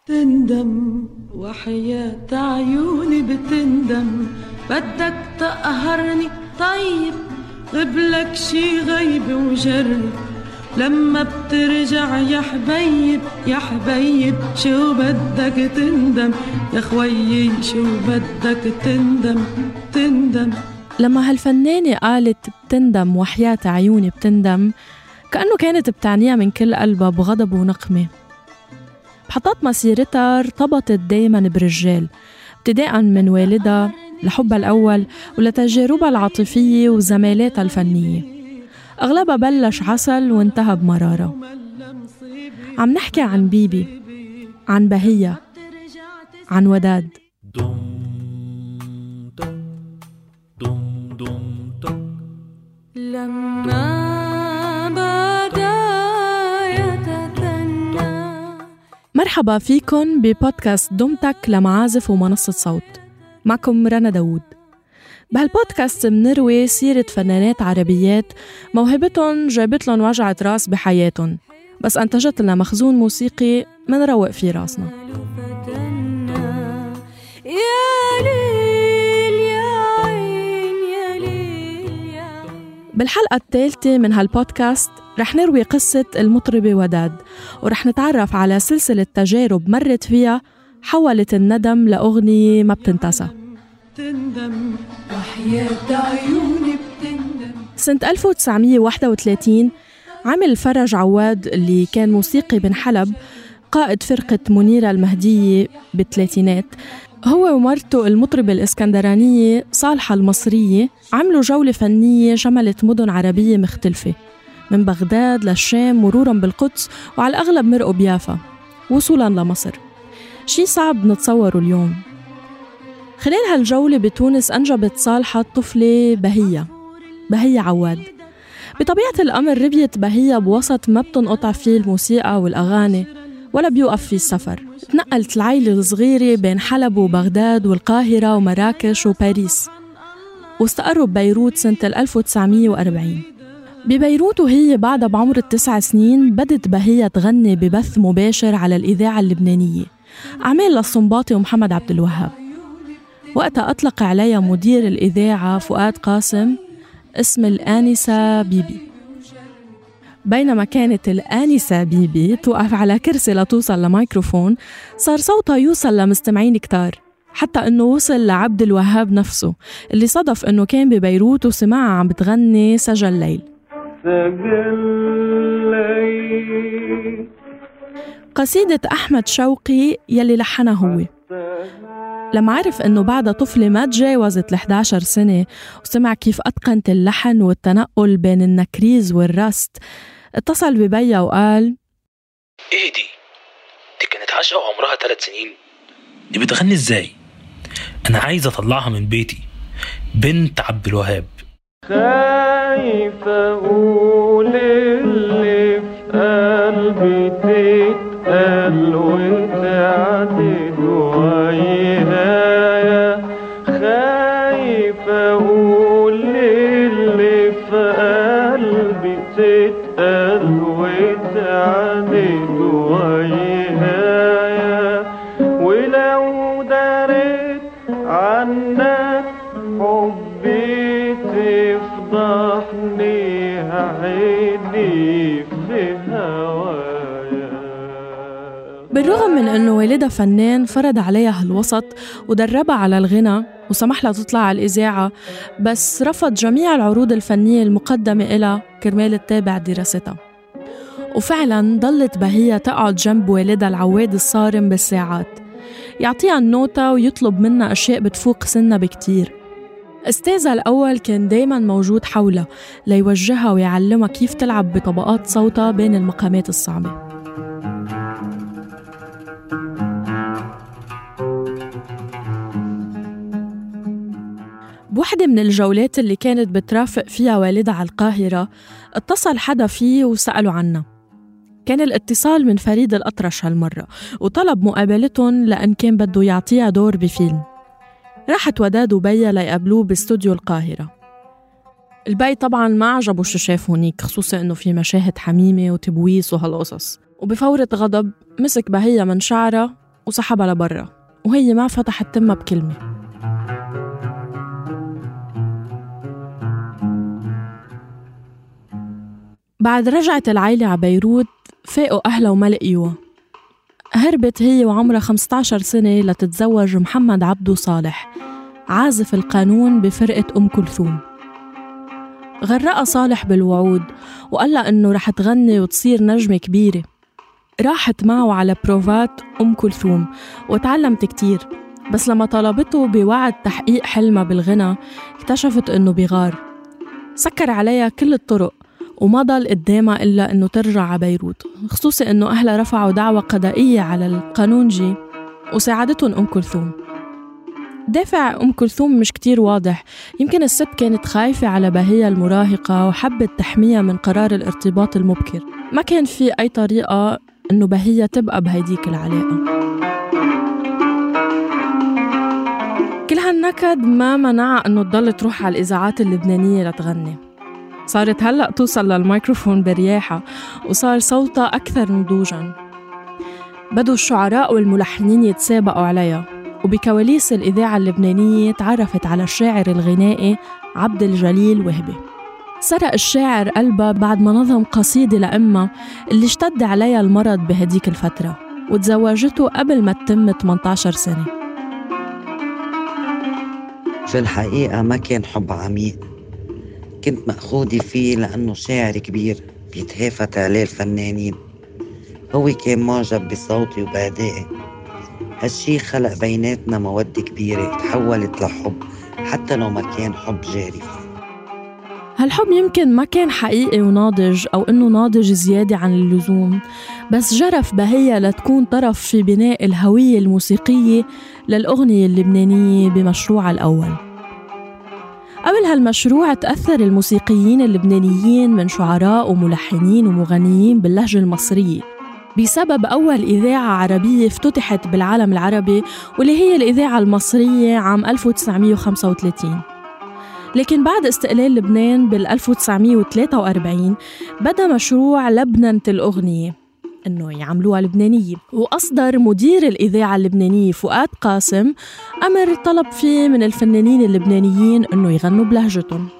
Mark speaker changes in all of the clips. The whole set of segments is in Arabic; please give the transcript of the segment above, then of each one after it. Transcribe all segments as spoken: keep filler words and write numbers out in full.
Speaker 1: تندم وحياة عيوني بتندم، بدك تقهرني طيب غبلك شي غيب وجرب، لما بترجع يا حبيب يا حبيب شو بدك تندم، يا خويي شو بدك تندم تندم.
Speaker 2: لما هالفنانة قالت بتندم وحياة عيوني بتندم، كأنه كانت بتعنيها من كل قلبها بغضب ونقمة. بحطات مسيرتها ارتبطت دايماً برجال، ابتداءً من والدها لحبها الأول ولتجاربها العاطفية وزمالاتها الفنية. أغلبها بلش عسل وانتهى بمرارة. عم نحكي عن بيبي، عن بهية، عن وداد.
Speaker 1: لما
Speaker 2: مرحبا فيكن ببودكاست دمتك لمعازف ومنصة صوت. معكم رنا داود. بهالبودكاست منروي سيرة فنانات عربيات موهبتهم جابت لهم وجعة راس بحياتهم، بس أنتجت لنا مخزون موسيقي منروق في راسنا. بالحلقة الثالثة من هالبودكاست رح نروي قصة المطربة وداد، ورح نتعرف على سلسلة تجارب مرت فيها حولت الندم لأغنية ما بتنتسى.
Speaker 1: تندم وحياة عيوني بتندم.
Speaker 2: سنة ألف وتسعمية وواحد وثلاثين عمل فرج عواد اللي كان موسيقي بن حلب، قائد فرقة منيرة المهدية بالثلاثينات، هو ومرته المطربة الإسكندرانية صالحة المصرية، عملوا جولة فنية شملت مدن عربية مختلفة من بغداد للشام مرورا بالقدس، وعلى الأغلب مرقوا بيافا وصولا لمصر، شي صعب نتصوره اليوم. خلال هالجولة بتونس أنجبت صالحة طفلة بهية بهية عواد. بطبيعة الأمر ربيت بهية بوسط ما بتنقطع فيه الموسيقى والأغاني ولا بيوقف فيه السفر. تنقلت العائلة الصغيرة بين حلب وبغداد والقاهرة ومراكش وباريس، واستقروا ببيروت سنة ألف وتسعمية وأربعين. ببيروت وهي بعدها بعمر التسع سنين بدت بهية تغني ببث مباشر على الإذاعة اللبنانية، أعمال للصنباطي ومحمد عبد الوهاب. وقتها أطلق عليها مدير الإذاعة فؤاد قاسم اسم الآنسة بيبي. بينما كانت الآنسة بيبي توقف على كرسي لتوصل لميكروفون، صار صوتها يوصل لمستمعين كتار، حتى أنه وصل لعبد الوهاب نفسه اللي صدف أنه كان ببيروت وسمعها عم بتغني سجل ليل. قصيدة أحمد شوقي يلي لحنها هو. لما عرف أنه بعد طفلة ما تجاوزت الإحدى عشر سنة وسمع كيف أتقنت اللحن والتنقل بين النكريز والرست، اتصل ببيا وقال:
Speaker 3: إيه دي؟ دي كانت عشقة وعمرها ثلاث سنين، دي بتغني إزاي؟ أنا عايز أطلعها من بيتي، بنت عبد الوهاب.
Speaker 4: خايف أقول اللي في قلبي تتقل وتعدد ويايا، خايف أقول اللي في قلبي تتقل وتعدد ويايا، ولو دريت عنك حبي تفضحني عيني في هوايا.
Speaker 2: بالرغم من أنه والدها فنان فرض عليها هالوسط ودربها على الغنى وسمح لها تطلع على الإذاعة، بس رفض جميع العروض الفنية المقدمة إلها كرمال تتابع دراستها. وفعلاً ضلت بهية تقعد جنب والدها العواد الصارم بالساعات، يعطيها النوتة ويطلب منها أشياء بتفوق سنها بكتير. أستاذها الأول كان دايماً موجود حولها ليوجهها ويعلمها كيف تلعب بطبقات صوتها بين المقامات الصعبة. بوحدة من الجولات اللي كانت بترافق فيها والدها على القاهرة، اتصل حدا فيه وسأله عنها. كان الاتصال من فريد الأطرش هالمرة، وطلب مقابلتهم لأن كان بده يعطيها دور بفيلم. راحت وداد وبيا ليقابلوه باستوديو القاهرة. البي طبعاً ما عجبه شو شاف هونيك، خصوصاً إنه في مشاهد حميمة وتبويس وهالقصص، وبفورة غضب مسك بهية من شعرها وسحبها لبرا، وهي ما فتحت تمها بكلمة. بعد رجعت العائلة على بيروت فاقوا أهلها وما لقيوها. هربت هي وعمرها خمسة عشر سنة لتتزوج محمد عبدو صالح، عازف القانون بفرقة أم كلثوم. غرقها صالح بالوعود وقال لها إنه رح تغني وتصير نجمة كبيرة. راحت معه على بروفات أم كلثوم وتعلمت كتير، بس لما طلبته بوعد تحقيق حلمها بالغنى اكتشفت إنه بغار. سكر عليها كل الطرق وما ضل قدامها إلا إنه ترجع على بيروت، خصوصي إنه أهلها رفعوا دعوة قضائية على القانونجي وساعدتهم أم كلثوم. دافع أم كلثوم مش كتير واضح، يمكن الست كانت خايفة على بهية المراهقة وحبت تحميها من قرار الارتباط المبكر. ما كان في أي طريقة إنه بهية تبقى بهيديك العلاقة. كل هالنكد ما منعها إنه تضل تروح على الإذاعات اللبنانية لتغني. صارت هلأ توصل للميكروفون برياحة وصار صوتها أكثر نضوجاً. بدوا الشعراء والملحنين يتسابقوا عليها، وبكواليس الإذاعة اللبنانية تعرفت على الشاعر الغنائي عبد الجليل وهبي. سرق الشاعر قلبها بعد ما نظم قصيدة لأمها اللي اشتد عليها المرض بهديك الفترة، وتزوجته قبل ما تتم ثمانية عشر سنة.
Speaker 5: في الحقيقة ما كان حب عميق، كنت مأخوذة فيه لأنه شاعر كبير بيتهافت عليه الفنانين. هو كان معجب بصوتي وبأدائي، هالشي خلق بيناتنا مودة كبيرة تحولت لحب حتى لو ما كان حب جارف.
Speaker 2: هالحب يمكن ما كان حقيقي وناضج أو إنه ناضج زيادة عن اللزوم، بس جرف بهية لتكون طرف في بناء الهوية الموسيقية للأغنية اللبنانية بمشروعها الأول. قبل هالمشروع تأثر الموسيقيين اللبنانيين من شعراء وملحنين ومغنيين باللهجة المصرية بسبب أول إذاعة عربية افتتحت بالعالم العربي، واللي هي الإذاعة المصرية عام ألف وتسعمية وخمسة وثلاثين. لكن بعد استقلال لبنان بال ألف وتسعمية وثلاثة وأربعين بدأ مشروع لبنانة الأغنية إنه يعملوها لبنانية، وأصدر مدير الإذاعة اللبنانية فؤاد قاسم أمر طلب فيه من الفنانين اللبنانيين إنه يغنوا بلهجتهم.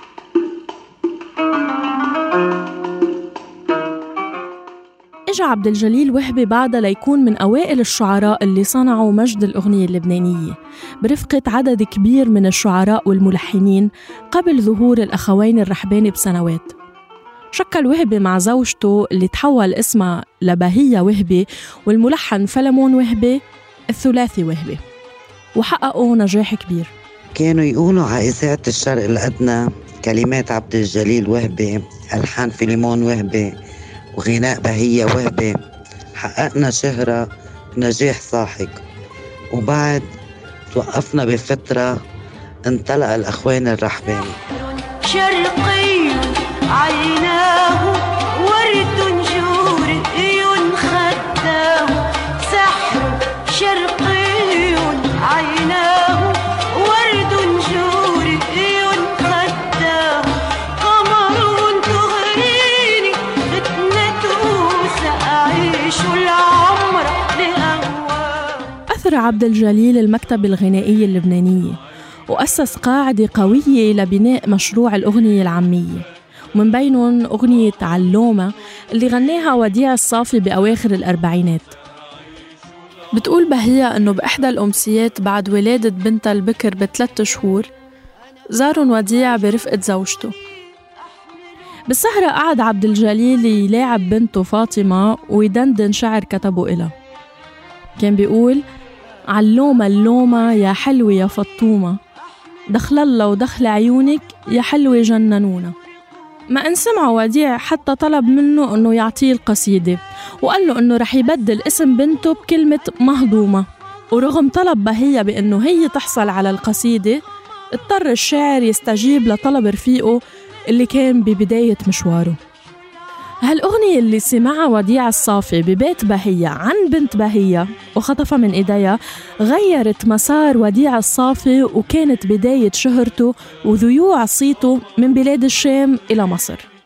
Speaker 2: إجا عبد الجليل وهبي بعدها ليكون من أوائل الشعراء اللي صنعوا مجد الأغنية اللبنانية برفقة عدد كبير من الشعراء والملحنين قبل ظهور الأخوين الرحباني بسنوات. شكل وهبي مع زوجته اللي تحول اسمها لبهية وهبي والملحن فلمون وهبي الثلاثي وهبي، وحققوا نجاح كبير.
Speaker 5: كانوا يقولوا على إذاعة الشرق الأدنى كلمات عبد الجليل وهبي، ألحان فلمون وهبي، وغناء بهية وهبي. حققنا شهرة ونجاح ساحق، وبعد توقفنا بفترة انطلق الأخوان الرحباني.
Speaker 1: شرقي عيناه ورد جوري خداه، سحر شرقي عيناه ورد جوري خداه، قمر تغريني فتنته سأعيش العمر لأهواه.
Speaker 2: أثر عبد الجليل المكتب الغنائي اللبنانية وأسس قاعدة قوية لبناء مشروع الأغنية العامية، ومن بينهم أغنية علومة اللي غناها وديع الصافي بأواخر الأربعينات. بتقول بهية أنه بإحدى الأمسيات بعد ولادة بنتها البكر بثلاث شهور زارن وديع برفقة زوجته. بالسهرة قعد عبد الجليل يلاعب بنته فاطمة ويدندن شعر كتبه إلها. كان بيقول: علومة اللومة يا حلوة يا فطومة، دخل الله ودخل عيونك يا حلوة جننونا. ما إن سمع وديع حتى طلب منه أنه يعطيه القصيدة، وقال له أنه رح يبدل اسم بنته بكلمة مهضومة. ورغم طلب بهية بأنه هي تحصل على القصيدة، اضطر الشاعر يستجيب لطلب رفيقه اللي كان ببداية مشواره. هالأغنية اللي سمعها وديع الصافي ببيت بهية عن بنت بهية وخطفها من إيديها غيرت مسار وديع الصافي، وكانت بداية شهرته وذيوع صيته من بلاد الشام إلى مصر.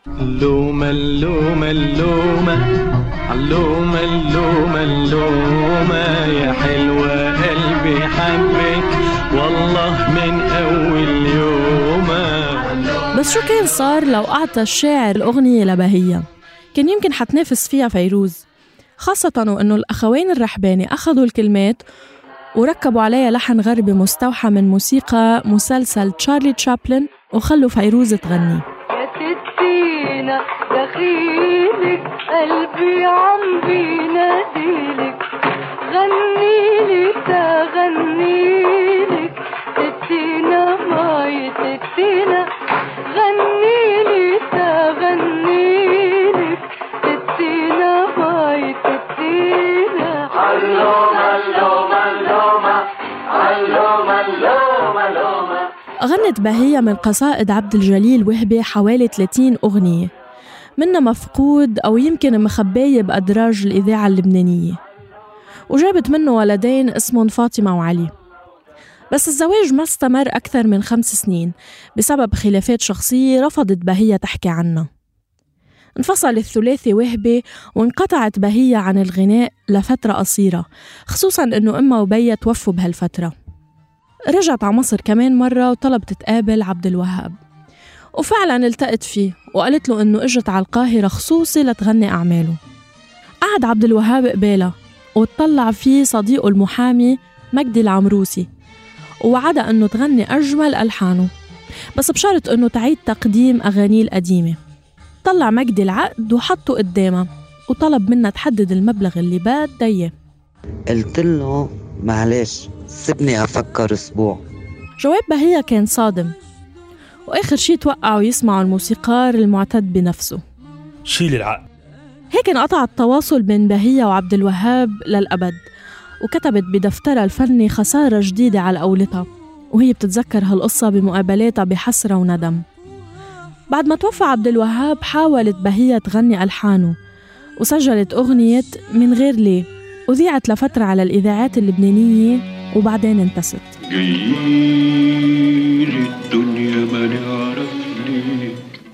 Speaker 4: اللومة اللومة اللومة اللومة اللومة اللومة يا حلوة قلبي حبك والله من أول يومة.
Speaker 2: بس شو كان صار لو أعطى الشاعر الأغنية لبهية؟ كان يمكن حتنافس فيها فيروز، خاصة وأنه الأخوين الرحباني أخذوا الكلمات وركبوا عليها لحن غربي مستوحى من موسيقى مسلسل تشارلي تشابلن وخلوا فيروز تغني.
Speaker 1: يا ستينا دخيلك قلبي عم بيناديلك غنيلي تغنيلك ستينا ماي ستينا غنيلي تغنيلك ستينا ماي ستينا. اللومة اللومة اللومة اللومة اللومة اللومة.
Speaker 2: غنت بهية من قصائد عبد الجليل وهبي حوالي ثلاثين أغنية، منها مفقود أو يمكن مخباية بأدراج الإذاعة اللبنانية، وجابت منه ولدين اسمهم فاطمة وعلي. بس الزواج ما استمر أكثر من خمس سنين بسبب خلافات شخصية رفضت بهية تحكي عنها. انفصل الثلاثي وهبي وانقطعت بهية عن الغناء لفترة قصيرة، خصوصاً أنه أمها وبيا توفوا بهالفترة. رجعت على مصر كمان مرة وطلبت تقابل عبد الوهاب، وفعلاً التقت فيه وقالت له أنه إجت على القاهرة خصوصي لتغني أعماله. قعد عبد الوهاب قبالها وتطلع فيه صديقه المحامي مجدي العمروسي ووعدها أنه تغني أجمل ألحانه، بس بشرط أنه تعيد تقديم أغانيه القديمة. طلع مجدي العقد وحطه قدامها وطلب منها تحدد المبلغ اللي بدها إياه.
Speaker 5: قلت له معلش سيبني أفكر أسبوع.
Speaker 2: جواب بهية كان صادم، وآخر شي توقعوا يسمعوا الموسيقار المعتد بنفسه.
Speaker 3: شيل العقد.
Speaker 2: هيك انقطع التواصل بين بهية وعبد الوهاب للأبد، وكتبت بدفترها الفني خسارة جديدة على قولتها، وهي بتتذكر هالقصة بمقابلاتها بحسرة وندم. بعد ما توفى عبد الوهاب حاولت بهية تغني ألحانه وسجلت أغنية من غير ليه، وذيعت لفترة على الإذاعات اللبنانية وبعدين انتست.
Speaker 4: جايين الدنيا ما نعرف ليك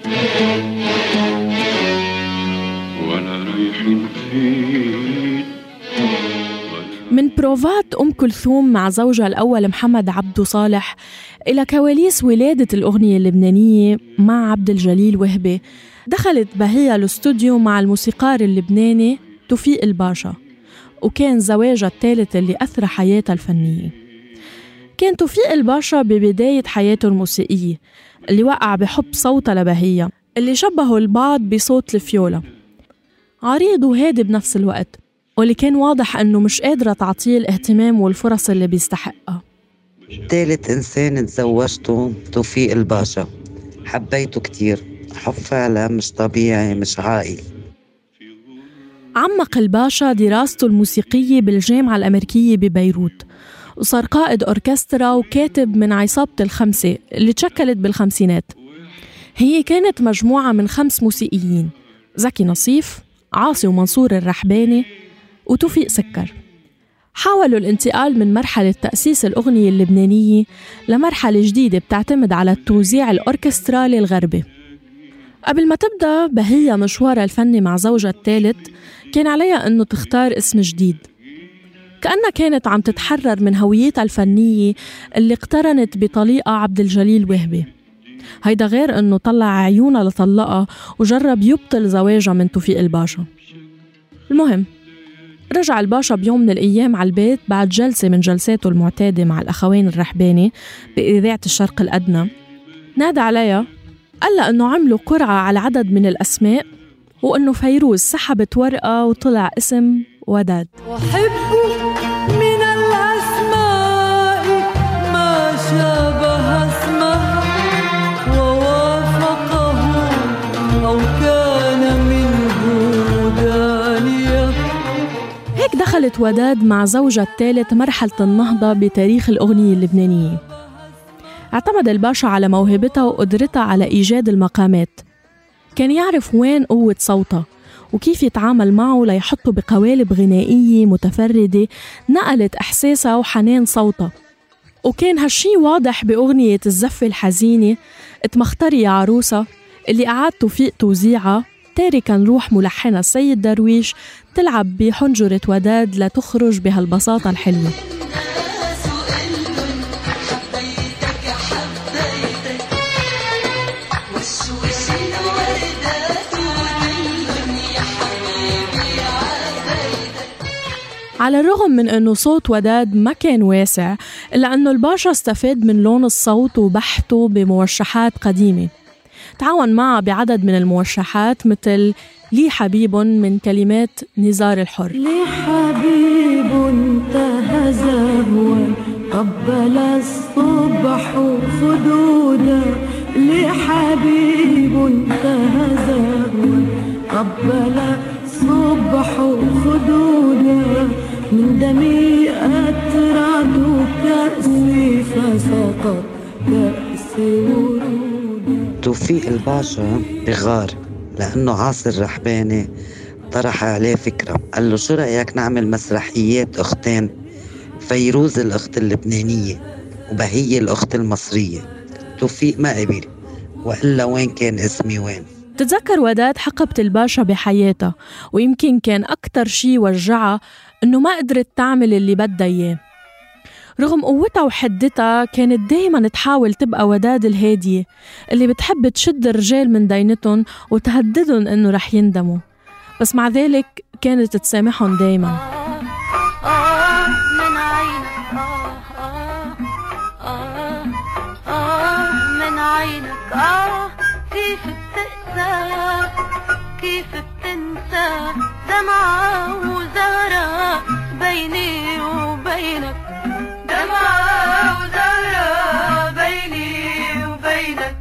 Speaker 4: ولا رايحين فين.
Speaker 2: من بروفات أم كلثوم مع زوجها الأول محمد عبدو صالح إلى كواليس ولادة الأغنية اللبنانية مع عبد الجليل وهبي، دخلت بهية الاستوديو مع الموسيقار اللبناني توفيق الباشا، وكان زواجها الثالث اللي أثرى حياتها الفنية. كان توفيق الباشا ببداية حياته الموسيقية اللي وقع بحب صوتها لبهية اللي شبهوا البعض بصوت الفيولا، عريض وهادي بنفس الوقت، واللي كان واضح أنه مش قادرة تعطيه الاهتمام والفرص اللي بيستحقها.
Speaker 5: ثالث إنسان تزوجته توفيق الباشا، حبيته كتير، حب فعلا مش طبيعي مش عائل.
Speaker 2: عمق الباشا دراسته الموسيقية بالجامعة الأمريكية ببيروت، وصار قائد أوركسترا وكاتب من عصابة الخمسة اللي تشكلت بالخمسينات. هي كانت مجموعة من خمس موسيقيين: زكي نصيف، عاصي ومنصور الرحباني، وتوفيق سكر. حاولوا الانتقال من مرحلة تأسيس الأغنية اللبنانية لمرحلة جديدة بتعتمد على التوزيع الأوركسترالي الغربي. قبل ما تبدأ بهية مشوارها الفني مع زوجها الثالث كان عليها أنه تختار اسم جديد، كأنها كانت عم تتحرر من هويتها الفنية اللي اقترنت بطليقة عبد الجليل وهبي. هيدا غير أنه طلع عيونها لطلقها وجرب يبطل زواجها من توفيق الباشا. المهم رجع الباشا بيوم من الأيام على البيت بعد جلسة من جلساته المعتادة مع الأخوين الرحباني بإذاعة الشرق الأدنى. نادى عليها قال لها أنه عملوا قرعة على عدد من الأسماء وأنه فيروز سحبت ورقة وطلع اسم وداد.
Speaker 1: وحبه من الأسماء ما شابه اسمه ووافقه أو كان منه دانية.
Speaker 2: هيك دخلت وداد مع زوجها الثالث مرحلة النهضة بتاريخ الأغنية اللبنانية. اعتمد الباشا على موهبتها وقدرتها على إيجاد المقامات، كان يعرف وين قوة صوتها وكيف يتعامل معه ليحطه بقوالب غنائية متفردة نقلت إحساسها وحنان صوتها. وكان هالشي واضح بأغنية الزفة الحزينة اتمختري يا عروسة اللي أعاد توفيق توزيعها تاركاً روح ملحنة السيد درويش تلعب بحنجرة وداد لتخرج بهالبساطة الحلوة. على الرغم من أنه صوت وداد ما كان واسع، إلا أنه الباشا استفاد من لون الصوت وبحثه بموشحات قديمة. تعاون معه بعدد من الموشحات مثل لي حبيب من كلمات نزار الحر.
Speaker 1: لي حبيب انتهى زهوا قبل الصبح خدودا، لي حبيب انتهى زهوا قبل الصبح خدودا، من دمي أترعد كأسي فسقط كأسي ورودا.
Speaker 5: توفيق الباشا بغار لأنه عاصر رحباني طرح عليه فكرة، قال له شو رأيك نعمل مسرحيات أختين، فيروز الأخت اللبنانية وبهية الأخت المصرية. توفيق ما قبل وإلا وين كان اسمي وين.
Speaker 2: تتذكر وداد حقبة الباشا بحياتها، ويمكن كان أكتر شي وجعها إنه ما قدرت تعمل اللي بدها إياه. رغم قوتها وحدتها كانت دايماً تحاول تبقى وداد الهادية اللي بتحب تشد الرجال من دينتهم وتهددهم إنه رح يندموا، بس مع ذلك كانت تسامحهم دايماً.
Speaker 6: آه آه من عينك آه آه آه من عينك آه كيف بتقسى كيف بتنسى دمعة وزهرة بيني وبينك، دمعة وزهرة بيني وبينك،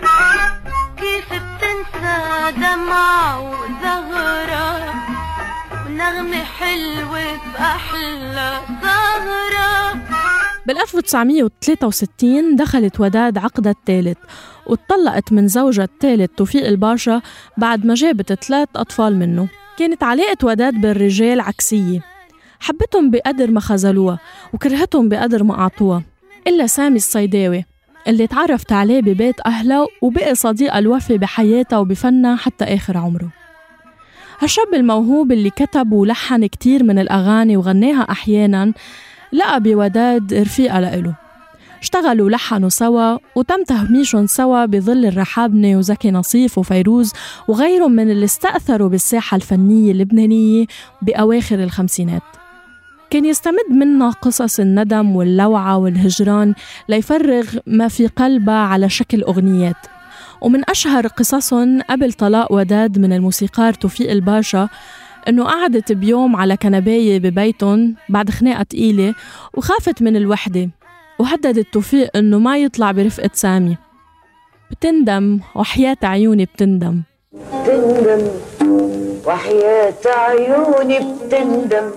Speaker 6: كيف بتنسى دمعة وزهرة ونغمة حلوة بأحلى زهرة.
Speaker 2: بال ألف وتسعمية وثلاثة وستين دخلت وداد عقدها الثالث واتطلقت من زوجها الثالث توفيق الباشا بعد ما جابت ثلاث أطفال منه. كانت علاقة وداد بالرجال عكسية، حبتهم بقدر ما خذلوها وكرهتهم بقدر ما أعطوها، إلا سامي الصيداوي اللي تعرفت عليه ببيت أهله وبقي صديقها الوفي بحياتها وبفنها حتى آخر عمره. هالشاب الموهوب اللي كتب ولحن كتير من الأغاني وغناها أحياناً لقى بوداد رفيقة لإله، اشتغلوا ولحنوا سوا وتم تهميشهم سوا بظل الرحابنة وزكي نصيف وفيروز وغيرهم من اللي استأثروا بالساحة الفنية اللبنانية بأواخر الخمسينات. كان يستمد منها قصص الندم واللوعة والهجران ليفرغ ما في قلبها على شكل أغنيات. ومن أشهر قصصهم قبل طلاق وداد من الموسيقار توفيق الباشا إنه قعدت بيوم على كنباية ببيتهم بعد خناقة تقيلة وخافت من الوحدة، وهددت توفيق إنه ما يطلع برفقة سامي. بتندم وحياة عيوني بتندم،
Speaker 7: بتندم وحياة عيوني بتندم،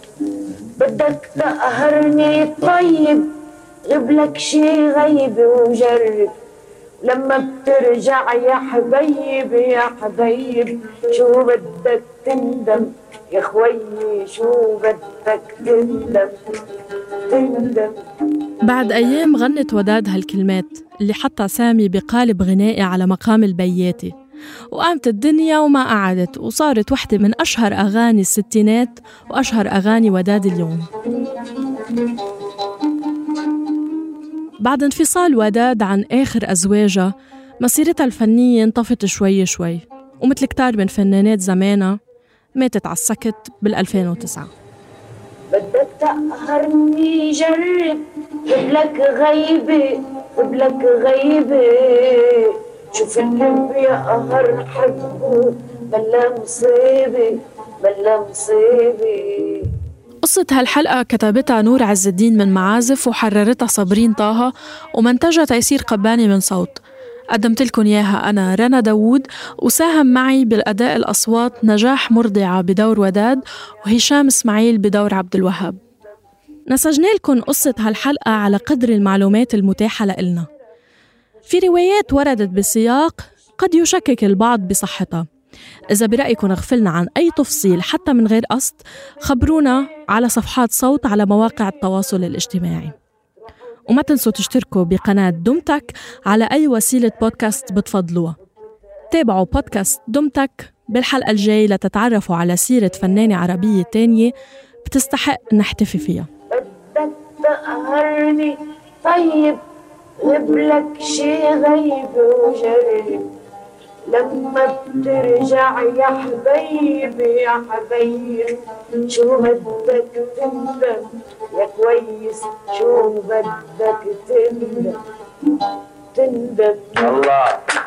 Speaker 7: بدك تقهرني طيب غبلك شي غيب وجرب، لما بترجع يا حبيب يا حبيب شو بدك تندم يا خويي شو بدك تندم تندم.
Speaker 2: بعد أيام غنت وداد هالكلمات اللي حطها سامي بقالب غنائي على مقام البياتي، وقامت الدنيا وما قعدت وصارت واحدة من أشهر أغاني الستينات وأشهر أغاني وداد اليوم. بعد انفصال وداد عن آخر أزواجها مسيرتها الفنية انطفت شوي شوي، ومثل كتار من فنانات زمانها ماتت على السكت بالألفين وتسعة.
Speaker 7: بدك تقهرني جرب قبلك غيبة قبلك غيبة، شوف اللي بيقهر حبه بلا مصيبة بلا مصيبة.
Speaker 2: قصة هالحلقة كتبتها نور عز الدين من معازف وحررتها صابرين طه ومنتجها تيسير قباني من صوت. قدمت لكم إياها أنا رنا داوود، وساهم معي بالأداء الأصوات نجاح مرضعة بدور وداد وهشام اسماعيل بدور عبد الوهاب. نسجنا لكم قصة هالحلقة على قدر المعلومات المتاحة لإلنا. في روايات وردت بسياق قد يشكك البعض بصحتها. إذا برأيكم غفلنا عن أي تفصيل حتى من غير قصد خبرونا على صفحات صوت على مواقع التواصل الاجتماعي، وما تنسوا تشتركوا بقناة دمتك على أي وسيلة بودكاست بتفضلوها. تابعوا بودكاست دمتك بالحلقة الجاي لتتعرفوا على سيرة فنانة عربية تانية بتستحق نحتفي فيها.
Speaker 7: بدك تقهرني طيب غبلك شي غيب وجرب لما بترجع يا حبيبي يا حبيبي شو بدك تندم يا كويس شو بدك تندم تندم الله